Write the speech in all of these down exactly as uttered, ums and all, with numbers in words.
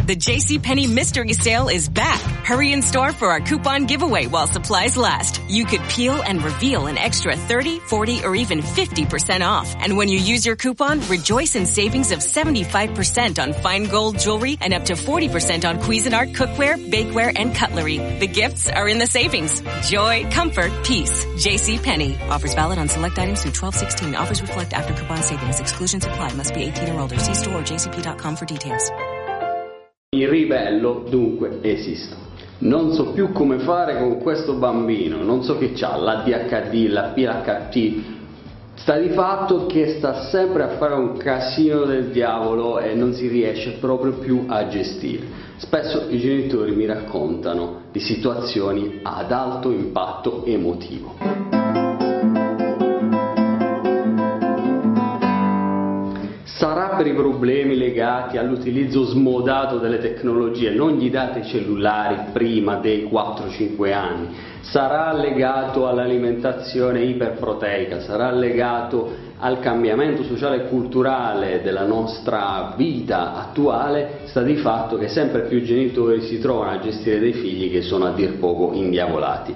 The JCPenney Mystery Sale is back. Hurry in store for our coupon giveaway while supplies last. You could peel and reveal an extra thirty, forty, or even fifty percent off. And when you use your coupon, rejoice in savings of seventy-five percent on fine gold jewelry and up to forty percent on Cuisinart cookware, bakeware, and cutlery. The gifts are in the savings. Joy, comfort, peace. JCPenney. Offers valid on select items through twelve sixteen. Offers reflect after coupon savings. Exclusions apply. Must be eighteen or older. See store or j c p dot com for details. Mi ribello, dunque esisto. Non so più come fare con questo bambino, non so che c'ha, l'A D H D, la P H T. Sta di fatto che sta sempre a fare un casino del diavolo e non si riesce proprio più a gestire. Spesso i genitori mi raccontano di situazioni ad alto impatto emotivo. Sarà per i problemi legati all'utilizzo smodato delle tecnologie, non gli date i cellulari prima dei quattro cinque anni, sarà legato all'alimentazione iperproteica, sarà legato al cambiamento sociale e culturale della nostra vita attuale. Sta di fatto che sempre più genitori si trovano a gestire dei figli che sono a dir poco indiavolati.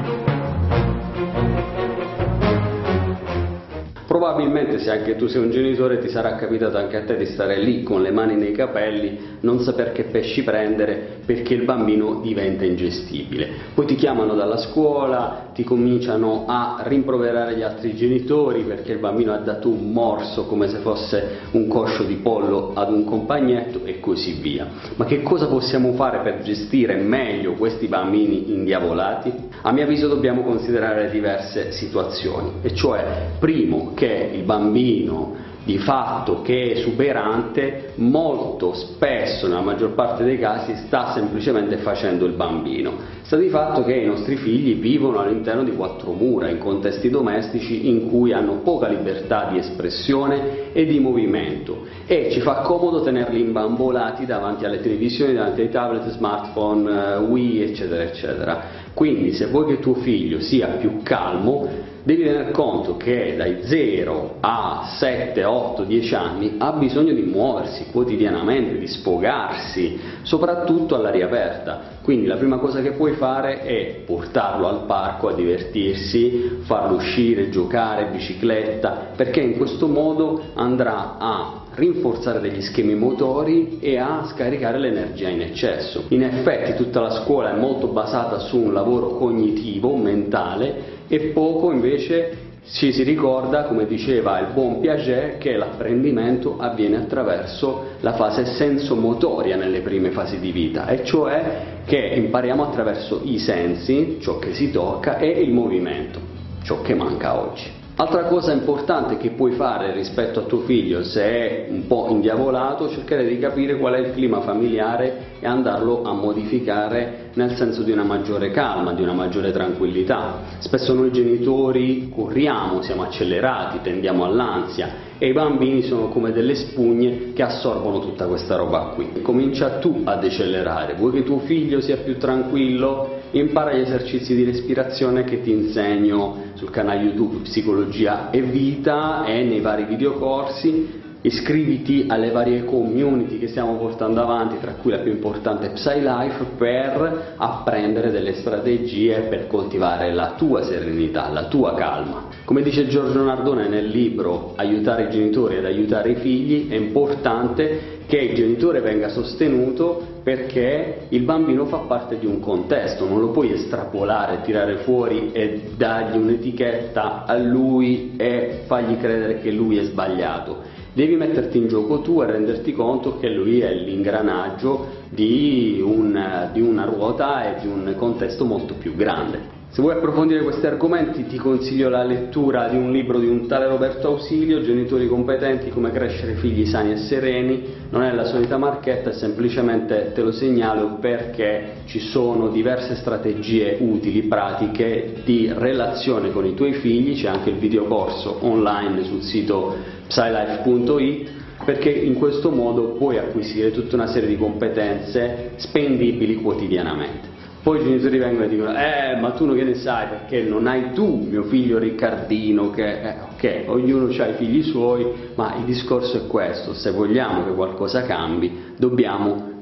Probabilmente se anche tu sei un genitore ti sarà capitato anche a te di stare lì con le mani nei capelli, non saper che pesci prendere perché il bambino diventa ingestibile. Poi ti chiamano dalla scuola, ti cominciano a rimproverare gli altri genitori perché il bambino ha dato un morso come se fosse un coscio di pollo ad un compagnetto e così via. Ma che cosa possiamo fare per gestire meglio questi bambini indiavolati? A mio avviso dobbiamo considerare diverse situazioni, e cioè primo che il bambino di fatto che è esuberante molto spesso, nella maggior parte dei casi, sta semplicemente facendo il bambino. Sta di fatto che i nostri figli vivono all'interno di quattro mura, in contesti domestici in cui hanno poca libertà di espressione e di movimento, e ci fa comodo tenerli imbambolati davanti alle televisioni, davanti ai tablet, smartphone, Wii, eccetera eccetera. Quindi se vuoi che tuo figlio sia più calmo, devi tener conto che dai zero a sette, otto, dieci anni ha bisogno di muoversi quotidianamente, di sfogarsi, soprattutto all'aria aperta. Quindi la prima cosa che puoi fare è portarlo al parco a divertirsi, farlo uscire, giocare, bicicletta, perché in questo modo andrà a rinforzare degli schemi motori e a scaricare l'energia in eccesso. In effetti tutta la scuola è molto basata su un lavoro cognitivo, mentale, e poco invece ci si ricorda, come diceva il buon Piaget, che l'apprendimento avviene attraverso la fase sensomotoria nelle prime fasi di vita, e cioè che impariamo attraverso i sensi, ciò che si tocca, e il movimento, ciò che manca oggi. Altra cosa importante che puoi fare rispetto a tuo figlio se è un po' indiavolato, cercare di capire qual è il clima familiare e andarlo a modificare nel senso di una maggiore calma, di una maggiore tranquillità. Spesso noi genitori corriamo, siamo accelerati, tendiamo all'ansia, e i bambini sono come delle spugne che assorbono tutta questa roba qui. Comincia tu a decelerare. Vuoi che tuo figlio sia più tranquillo? Impara gli esercizi di respirazione che ti insegno sul canale YouTube Psicologia e Vita e nei vari videocorsi. Iscriviti alle varie community che stiamo portando avanti, tra cui la più importante PsyLife, per apprendere delle strategie per coltivare la tua serenità, la tua calma. Come dice Giorgio Nardone nel libro Aiutare i genitori ad aiutare i figli, è importante che il genitore venga sostenuto perché il bambino fa parte di un contesto, non lo puoi estrapolare, tirare fuori e dargli un'etichetta a lui e fargli credere che lui è sbagliato. Devi metterti in gioco tu e renderti conto che lui è l'ingranaggio di, un, di una ruota e di un contesto molto più grande. Se vuoi approfondire questi argomenti ti consiglio la lettura di un libro di un tale Roberto Ausilio, Genitori competenti, come crescere figli sani e sereni. Non è la solita marchetta, è semplicemente te lo segnalo perché ci sono diverse strategie utili, pratiche di relazione con i tuoi figli. C'è anche il videocorso online sul sito psylife punto it, perché in questo modo puoi acquisire tutta una serie di competenze spendibili quotidianamente. Poi i genitori vengono e dicono eh ma tu non che ne sai, perché non hai tu mio figlio Riccardino che eh, ok, ognuno ha i figli suoi, ma il discorso è questo: se vogliamo che qualcosa cambi dobbiamo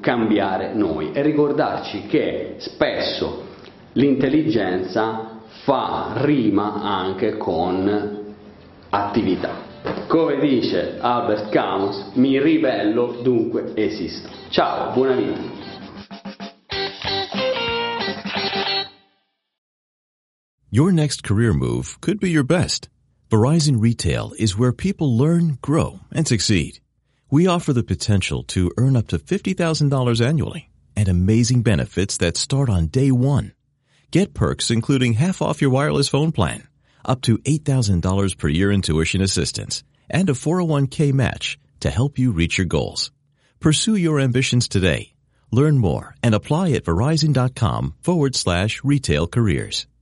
cambiare noi e ricordarci che spesso l'intelligenza fa rima anche con attività. Come dice Albert Camus, mi ribello, dunque esisto. Ciao, buona vita. Your next career move could be your best. Verizon Retail is where people learn, grow, and succeed. We offer the potential to earn up to fifty thousand dollars annually and amazing benefits that start on day one. Get perks including half off your wireless phone plan, up to eight thousand dollars per year in tuition assistance, and a four oh one k match to help you reach your goals. Pursue your ambitions today. Learn more and apply at verizon.com forward slash retail careers.